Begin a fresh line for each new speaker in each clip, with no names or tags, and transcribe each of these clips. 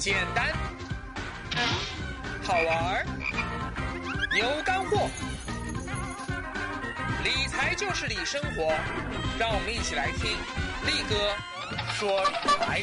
简单、好玩、有干货，理财就是理生活，让我们一起来听力哥说理财。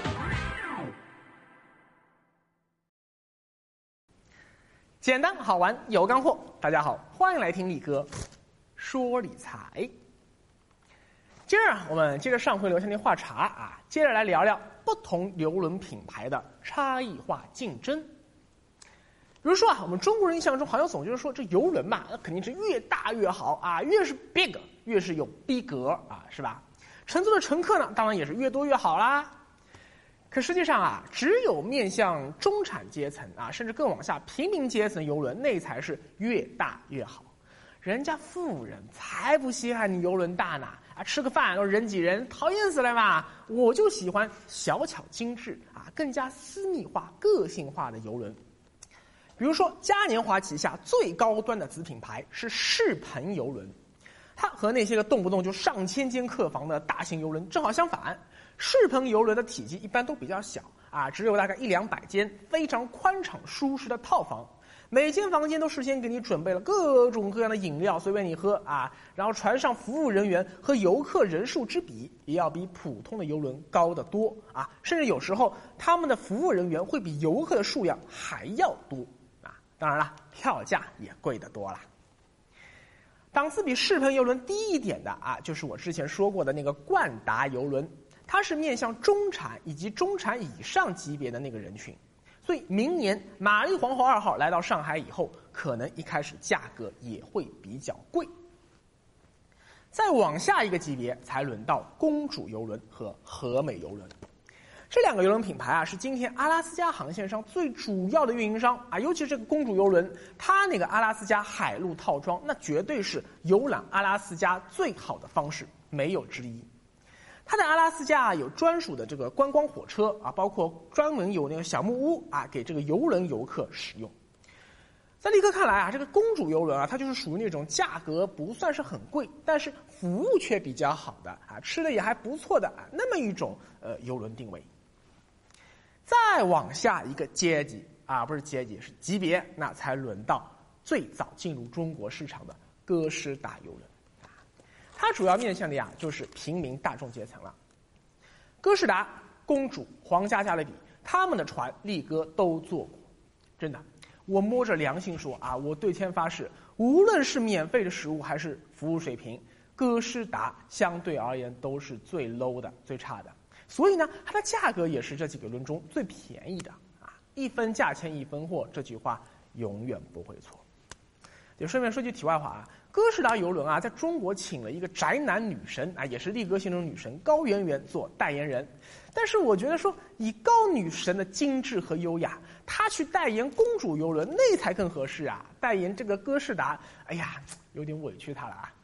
简单好玩有干货，大家好，欢迎来听力哥说理财。今儿我们接着上回留下那话茬接着来聊聊不同邮轮品牌的差异化竞争。比如说我们中国人印象中好像总觉得说这邮轮嘛，那肯定是越大越好越是 big 越是有逼格是吧？乘坐的乘客呢，当然也是越多越好啦。可实际上只有面向中产阶层甚至更往下平民阶层的邮轮，那才是越大越好。人家富人才不稀罕你邮轮大呢吃个饭都人挤人，讨厌死了嘛！我就喜欢小巧精致更加私密化、个性化的邮轮。比如说嘉年华旗下最高端的子品牌是世鹏邮轮，它和那些个动不动就上千间客房的大型邮轮正好相反。世鹏邮轮的体积一般都比较小只有大概100-200间非常宽敞舒适的套房，每间房间都事先给你准备了各种各样的饮料随便你喝然后船上服务人员和游客人数之比也要比普通的邮轮高得多甚至有时候他们的服务人员会比游客的数量还要多当然了，票价也贵得多了。档次比世鹏邮轮低一点的就是我之前说过的那个冠达邮轮，它是面向中产以及中产以上级别的那个人群，所以明年玛丽皇后2号来到上海以后，可能一开始价格也会比较贵。再往下一个级别才轮到公主邮轮和和美邮轮。这两个邮轮品牌是今天阿拉斯加航线上最主要的运营商尤其是这个公主邮轮，它那个阿拉斯加海陆套装，那绝对是游览阿拉斯加最好的方式，没有之一。它在阿拉斯加有专属的这个观光火车包括专门有那个小木屋给这个邮轮游客使用。在力哥看来这个公主邮轮它就是属于那种价格不算是很贵，但是服务却比较好的吃的也还不错的那么一种邮轮定位。再往下一个阶级不是阶级是级别，那才轮到最早进入中国市场的哥诗达邮轮。它主要面向的就是平民大众阶层了。哥诗达、公主、皇家加勒比，他们的船力哥都坐过，真的，我摸着良心说我对天发誓，无论是免费的食物还是服务水平，哥诗达相对而言都是最 low 的、最差的。所以呢，它的价格也是这几个轮中最便宜的一分价钱一分货，这句话永远不会错。就顺便说句题外话哥诗达邮轮在中国请了一个宅男女神也是力哥心中女神高圆圆做代言人。但是我觉得说以高女神的精致和优雅，她去代言公主邮轮那才更合适代言这个哥诗达，有点委屈她了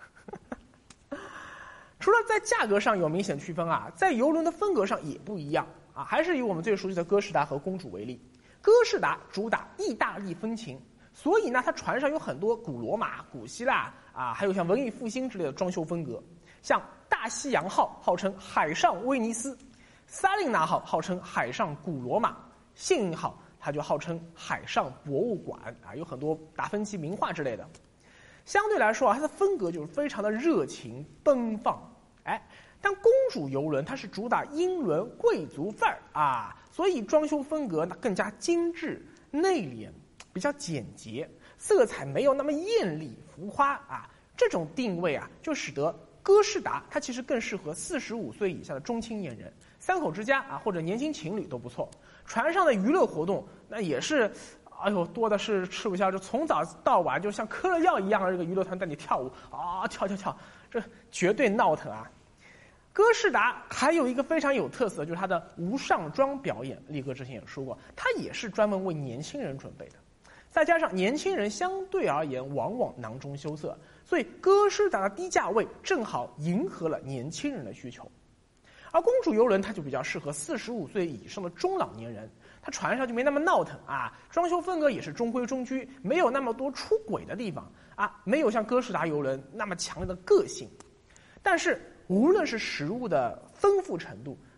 除了在价格上有明显区分在邮轮的风格上也不一样还是以我们最熟悉的哥诗达和公主为例。哥诗达主打意大利风情，所以呢它船上有很多古罗马、古希腊还有像文艺复兴之类的装修风格。像大西洋号号称海上威尼斯，萨琳娜号号称海上古罗马，幸运号它就号称海上博物馆有很多达芬奇名画之类的。相对来说它的风格就是非常的热情奔放但公主邮轮它是主打英伦贵族范儿所以装修风格更加精致内敛，比较简洁，色彩没有那么艳丽浮夸这种定位就使得哥诗达它其实更适合45岁以下的中青年人，三口之家或者年轻情侣都不错。船上的娱乐活动那也是多的是吃不消，就从早到晚就像嗑了药一样的这个娱乐团带你跳舞跳，这绝对闹腾哥诗达还有一个非常有特色，就是它的无上妆表演，力哥之前也说过，它也是专门为年轻人准备的。再加上年轻人相对而言往往囊中羞涩，所以哥诗达的低价位正好迎合了年轻人的需求。而公主邮轮它就比较适合45岁以上的中老年人，它船上就没那么闹腾装修风格也是中规中矩，没有那么多出轨的地方没有像哥诗达邮轮那么强烈的个性。但是无论是食物的丰富程度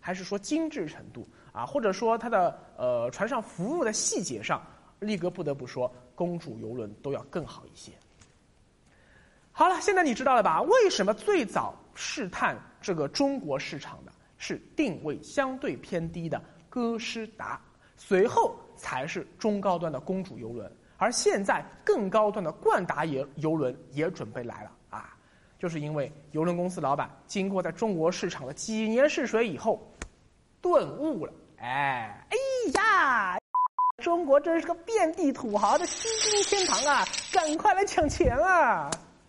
还是说精致程度啊，或者说它的船上服务的细节上，力哥不得不说，公主邮轮都要更好一些。好了，现在你知道了吧？为什么最早试探这个中国市场的是定位相对偏低的歌诗达，随后才是中高端的公主邮轮，而现在更高端的冠达邮轮也准备来了啊！就是因为邮轮公司老板经过在中国市场的几年试水以后，顿悟了，哎呀！中国真是个遍地土豪的吸金天堂啊！赶快来抢钱啊！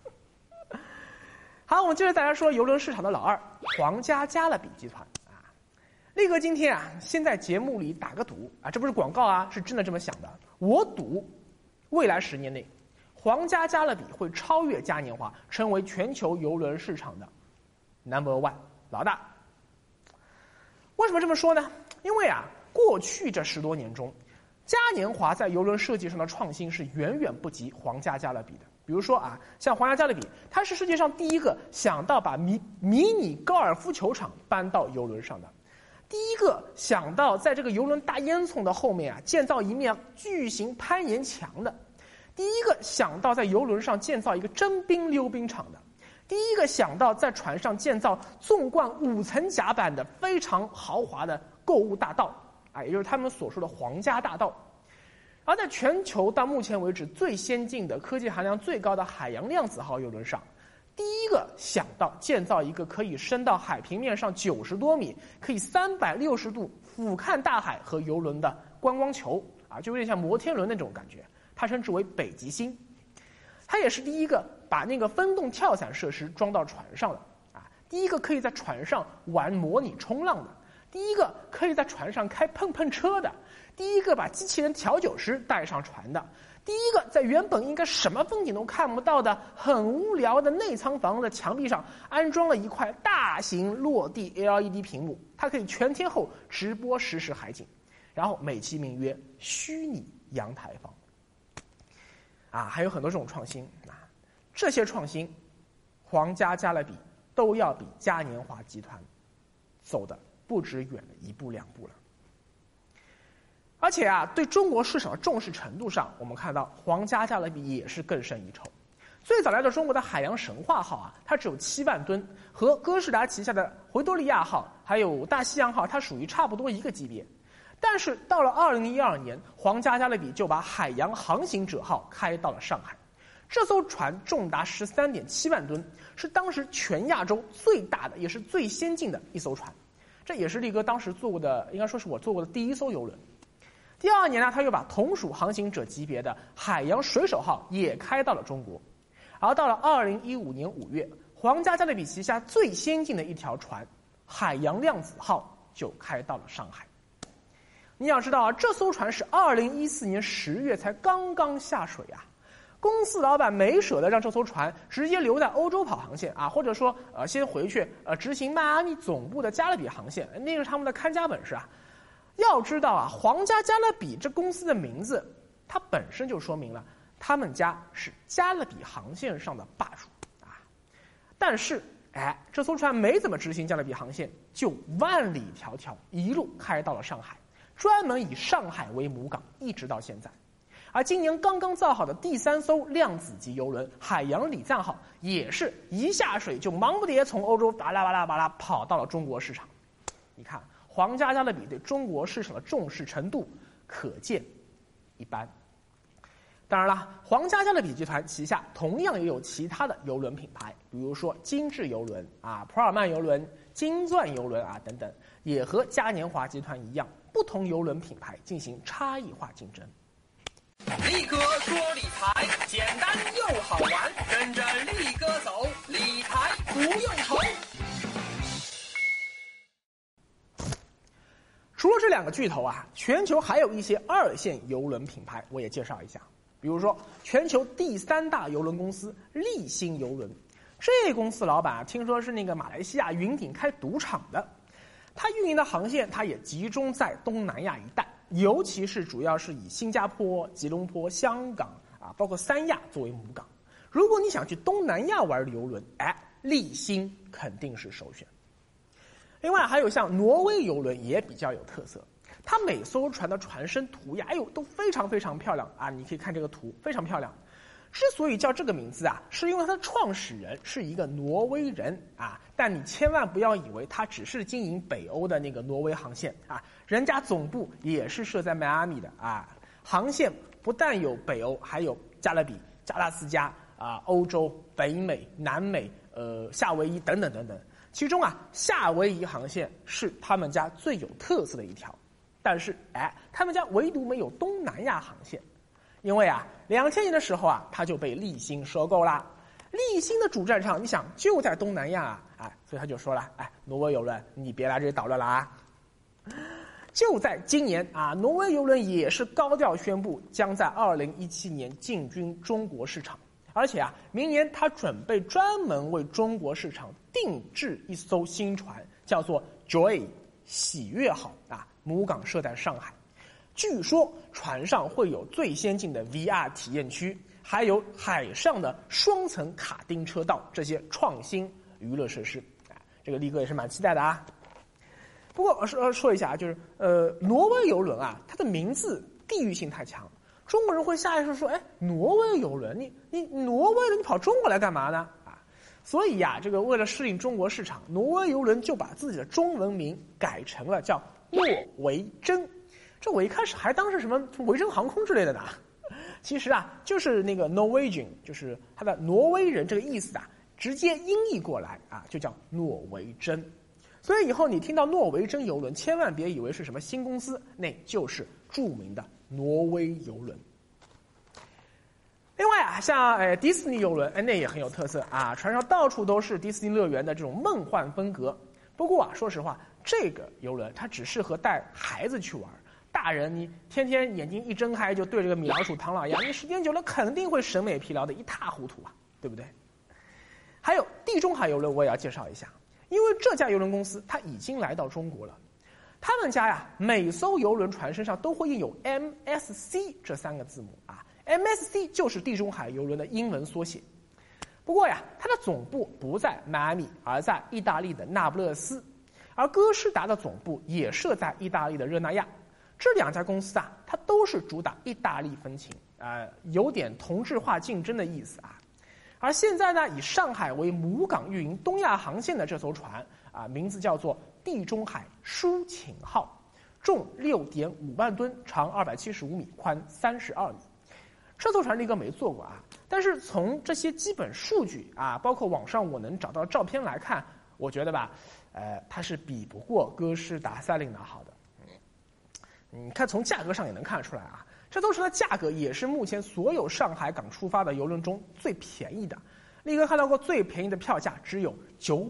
好，我们接着再来说邮轮市场的老二，皇家加勒比集团啊。力哥今天啊，先在节目里打个赌啊，这不是广告啊，是真的这么想的。我赌，未来10年内，皇家加勒比会超越嘉年华，成为全球邮轮市场的 No.1 老大。为什么这么说呢？因为啊，过去这10多年中，嘉年华在邮轮设计上的创新是远远不及皇家加勒比的。比如说啊，像皇家加勒比，它是世界上第一个想到把迷你高尔夫球场搬到邮轮上的，第一个想到在这个邮轮大烟囱的后面啊建造一面巨型攀岩墙的，第一个想到在邮轮上建造一个征兵溜冰场的，第一个想到在船上建造纵贯5层甲板的非常豪华的购物大道啊，也就是他们所说的皇家大道。而在全球到目前为止最先进的科技含量最高的海洋量子号邮轮上，第一个想到建造一个可以升到海平面上90多米，可以360度俯瞰大海和邮轮的观光球啊，就有点像摩天轮那种感觉，它称之为北极星。它也是第一个把那个风洞跳伞设施装到船上的啊，第一个可以在船上玩模拟冲浪的，第一个可以在船上开碰碰车的，第一个把机器人调酒师带上船的，第一个在原本应该什么风景都看不到的很无聊的内舱房的墙壁上安装了一块大型落地 LED 屏幕，它可以全天候直播实时海景，然后美其名曰虚拟阳台房啊，还有很多这种创新啊，这些创新皇家加勒比都要比嘉年华集团走的不止远了1步2步了。而且啊，对中国市场的重视程度上，我们看到皇家加勒比也是更胜一筹。最早来到中国的海洋神话号啊，它只有7万吨，和歌诗达旗下的维多利亚号还有大西洋号，它属于差不多一个级别。但是到了2012年，皇家加勒比就把海洋航行者号开到了上海。这艘船重达13.7万吨，是当时全亚洲最大的也是最先进的一艘船。这也是力哥当时做过的，应该说是我做过的第一艘邮轮。第2年呢，他又把同属航行者级别的海洋水手号也开到了中国。而到了2015年5月，皇家加勒比旗下最先进的一条船海洋量子号就开到了上海。你要知道啊，这艘船是2014年10月才刚刚下水啊，公司老板没舍得让这艘船直接留在欧洲跑航线啊，或者说先回去执行迈阿密总部的加勒比航线，那个是他们的看家本事啊。要知道啊，皇家加勒比这公司的名字，它本身就说明了他们家是加勒比航线上的霸主啊。但是这艘船没怎么执行加勒比航线，就万里迢迢一路开到了上海，专门以上海为母港，一直到现在。而今年刚刚造好的第3艘量子级邮轮海洋礼赞号，也是一下水就忙不迭从欧洲巴拉巴拉巴拉跑到了中国市场。你看皇家加勒比对中国市场的重视程度可见一斑。当然了，皇家加勒比集团旗下同样也有其他的邮轮品牌，比如说精致邮轮啊、普尔曼邮轮、金钻邮轮啊等等，也和嘉年华集团一样，不同邮轮品牌进行差异化竞争。
力哥说理财，简单又好玩，跟着力哥走，理财不用愁。
除了这2个巨头啊，全球还有一些2线邮轮品牌，我也介绍一下。比如说，全球第3大邮轮公司立新邮轮，这公司老板听说是那个马来西亚云顶开赌场的，他运营的航线它也集中在东南亚一带，尤其是主要是以新加坡、吉隆坡、香港啊，包括三亚作为母港。如果你想去东南亚玩邮轮，立新肯定是首选。 另外还有像挪威邮轮也比较有特色，它每艘船的船身涂鸦，都非常非常漂亮啊！你可以看这个图，非常漂亮。之所以叫这个名字啊，是因为它的创始人是一个挪威人啊，但你千万不要以为他只是经营北欧的那个挪威航线啊，人家总部也是设在迈阿密的啊。航线不但有北欧，还有加勒比、加拉斯加啊、欧洲、北美、南美、夏威夷等等等等。其中啊，夏威夷航线是他们家最有特色的一条，但是他们家唯独没有东南亚航线。因为啊，2000年的时候啊，它就被立新收购啦。立新的主战场，你想就在东南亚啊，所以他就说了，挪威邮轮，你别来这里捣乱了啊！就在今年啊，挪威邮轮也是高调宣布，将在2017年进军中国市场，而且啊，明年他准备专门为中国市场定制一艘新船，叫做 Joy 喜悦号啊，母港设在上海。据说船上会有最先进的 VR 体验区，还有海上的双层卡丁车道，这些创新娱乐设施，这个力哥也是蛮期待的啊。不过说一下，就是挪威邮轮啊，它的名字地域性太强，中国人会下意识说，挪威邮轮，你挪威的，你跑中国来干嘛呢？啊，所以呀，这个为了适应中国市场，挪威邮轮就把自己的中文名改成了叫诺维珍。这我一开始还当是什么维珍航空之类的呢，其实啊就是那个 Norwegian， 就是它的挪威人这个意思啊，直接音译过来啊就叫诺维珍。所以以后你听到诺维珍邮轮，千万别以为是什么新公司，那就是著名的挪威邮轮。另外啊，像迪士尼邮轮，那也很有特色啊，船上到处都是迪士尼乐园的这种梦幻风格。不过啊，说实话，这个邮轮它只适合带孩子去玩。大人你天天眼睛一睁开就对着个米老鼠、唐老鸭，你时间久了肯定会审美疲劳的一塌糊涂啊，对不对？还有地中海邮轮我也要介绍一下，因为这家邮轮公司它已经来到中国了，他们家呀每艘邮轮船身上都会印有 MSC 这3个字母啊 ，MSC 就是地中海邮轮的英文缩写。不过呀，它的总部不在迈阿密，而在意大利的那不勒斯，而哥诗达的总部也设在意大利的热那亚。这2家公司啊，它都是主打意大利风情，有点同质化竞争的意思啊。而现在呢，以上海为母港运营东亚航线的这艘船啊，名字叫做地中海抒情号，重6.5万吨，长275米，宽32米。这艘船力哥没坐过啊，但是从这些基本数据啊，包括网上我能找到照片来看，我觉得吧，它是比不过哥诗达塞琳娜号的。你看从价格上也能看出来啊，这艘船的价格也是目前所有上海港出发的邮轮中最便宜的。力哥看到过最便宜的票价只有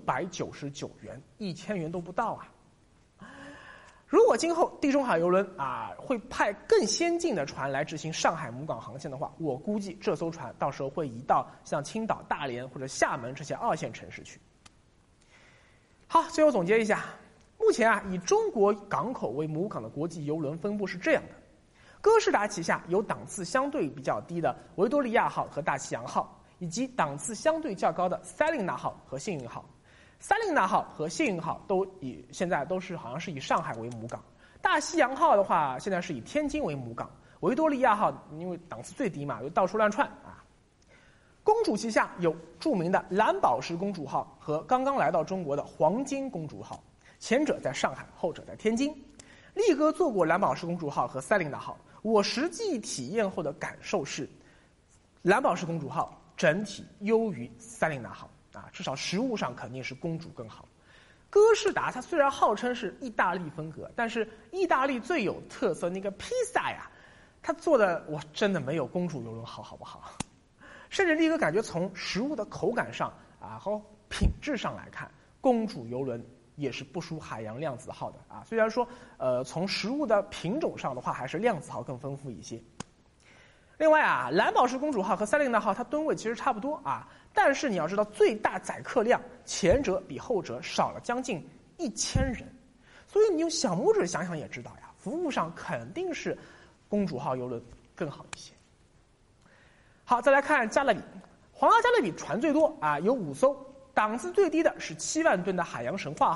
999元，1000元都不到啊。如果今后地中海邮轮啊会派更先进的船来执行上海母港航线的话，我估计这艘船到时候会移到像青岛、大连或者厦门这些2线城市去。好，最后总结一下。目前啊，以中国港口为母港的国际邮轮分布是这样的：哥诗达旗下有档次相对比较低的维多利亚号和大西洋号，以及档次相对较高的塞琳娜号和幸运号。塞琳娜号和幸运号现在都是好像是以上海为母港，大西洋号的话现在是以天津为母港，维多利亚号因为档次最低嘛，就到处乱窜啊。公主旗下有著名的蓝宝石公主号和刚刚来到中国的黄金公主号。前者在上海，后者在天津。力哥坐过蓝宝石公主号和塞琳娜号，我实际体验后的感受是，蓝宝石公主号整体优于塞琳娜号啊，至少实物上肯定是公主更好。哥诗达它虽然号称是意大利风格，但是意大利最有特色那个披萨呀，它做的我真的没有公主邮轮好不好？甚至力哥感觉从食物的口感上啊和品质上来看，公主邮轮也是不输海洋量子号的啊。虽然说从食物的品种上的话，还是量子号更丰富一些。另外啊，蓝宝石公主号和塞琳娜号它吨位其实差不多啊，但是你要知道最大载客量，前者比后者少了将近1000人，所以你用小拇指想想也知道呀，服务上肯定是公主号邮轮更好一些。好，再来看加勒比，皇家加勒比船最多啊，有5艘。档次最低的是7万吨的海洋神话号，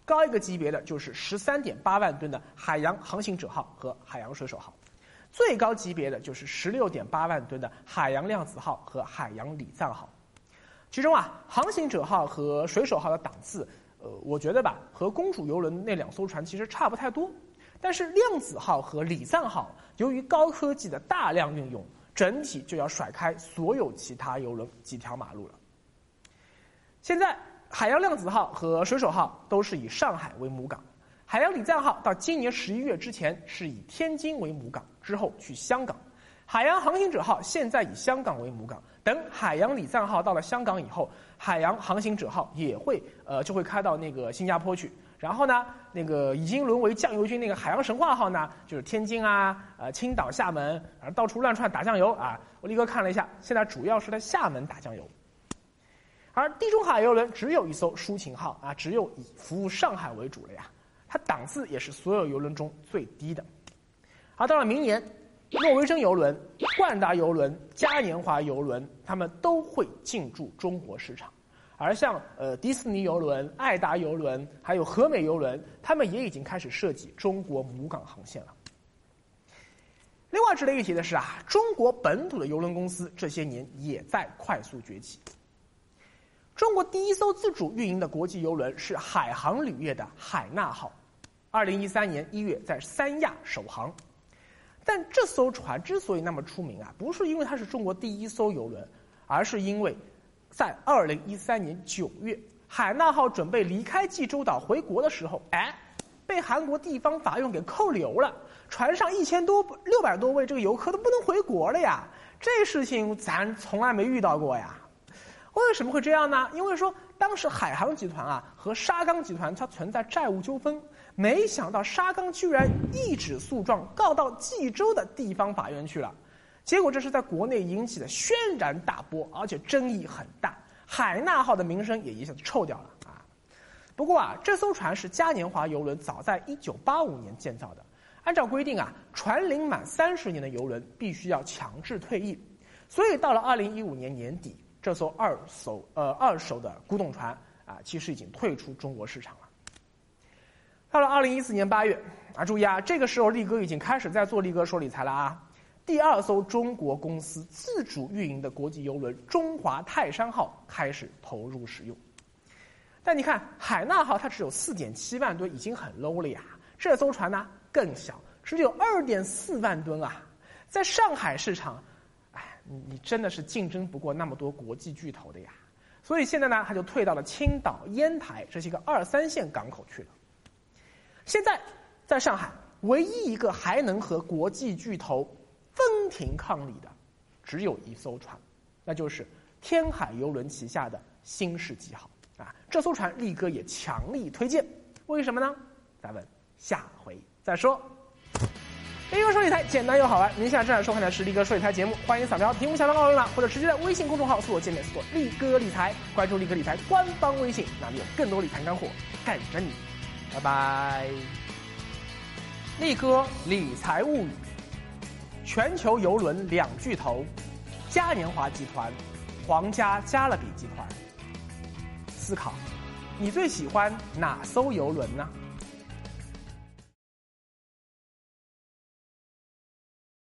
高一个级别的就是13.8万吨的海洋航行者号和海洋水手号，最高级别的就是16.8万吨的海洋量子号和海洋礼赞号。其中啊，航行者号和水手号的档次，我觉得吧，和公主邮轮那2艘船其实差不太多。但是量子号和礼赞号由于高科技的大量运用，整体就要甩开所有其他邮轮几条马路了。现在海洋量子号和水手号都是以上海为母港，海洋礼赞号到今年11月之前是以天津为母港，之后去香港。海洋航行者号现在以香港为母港，等海洋礼赞号到了香港以后，海洋航行者号也会就会开到那个新加坡去。然后呢，那个已经沦为酱油军那个海洋神话号呢，就是天津啊、青岛、厦门，到处乱窜打酱油啊。我立刻看了一下，现在主要是在厦门打酱油。而地中海邮轮只有一艘抒情号啊，只有以服务上海为主了呀，它档次也是所有邮轮中最低的。而到了明年，诺维珍邮轮、冠达邮轮、嘉年华邮轮，他们都会进驻中国市场。而像迪士尼邮轮、爱达邮轮，还有和美邮轮，他们也已经开始设计中国母港航线了。另外值得一提的是啊，中国本土的邮轮公司这些年也在快速崛起。中国第一艘自主运营的国际邮轮是海航旅业的海纳号，2013年1月在三亚首航。但这艘船之所以那么出名啊，不是因为它是中国第一艘邮轮，而是因为在2013年9月，海纳号准备离开济州岛回国的时候，被韩国地方法院给扣留了。船上600多位这个游客都不能回国了呀，这事情咱从来没遇到过呀。为什么会这样呢？因为说当时海航集团啊和沙钢集团它存在债务纠纷，没想到沙钢居然一纸诉状告到济州的地方法院去了。结果这是在国内引起的轩然大波，而且争议很大，海纳号的名声也一下子臭掉了啊。不过啊，这艘船是嘉年华邮轮早在1985年建造的，按照规定啊，船龄满30年的邮轮必须要强制退役，所以到了2015年年底，这艘二手的古董船啊，其实已经退出中国市场了。到了2014年8月啊，注意啊，这个时候力哥已经开始在做力哥说理财了啊。第2艘中国公司自主运营的国际邮轮中华泰山号开始投入使用。但你看海纳号它只有4.7万吨，已经很 low 了呀。这艘船呢更小，只有2.4万吨啊。在上海市场，你真的是竞争不过那么多国际巨头的呀。所以现在呢，它就退到了青岛、烟台，这是一个2、3线港口去了。现在在上海，唯一一个还能和国际巨头分庭抗礼的，只有一艘船，那就是天海邮轮旗下的新世纪号啊。这艘船力哥也强力推荐，为什么呢？咱们下回再说。力哥说理财简单又好玩，您现在正在收看的是力哥说理财节目，欢迎扫描屏幕下方二维码，或者直接在微信公众号搜索界面搜索力哥理财，关注力哥理财官方微信，那里有更多理财干货等着你。拜拜。力哥理财物语，全球邮轮2巨头，嘉年华集团、皇家加勒比集团。思考，你最喜欢哪艘邮轮呢？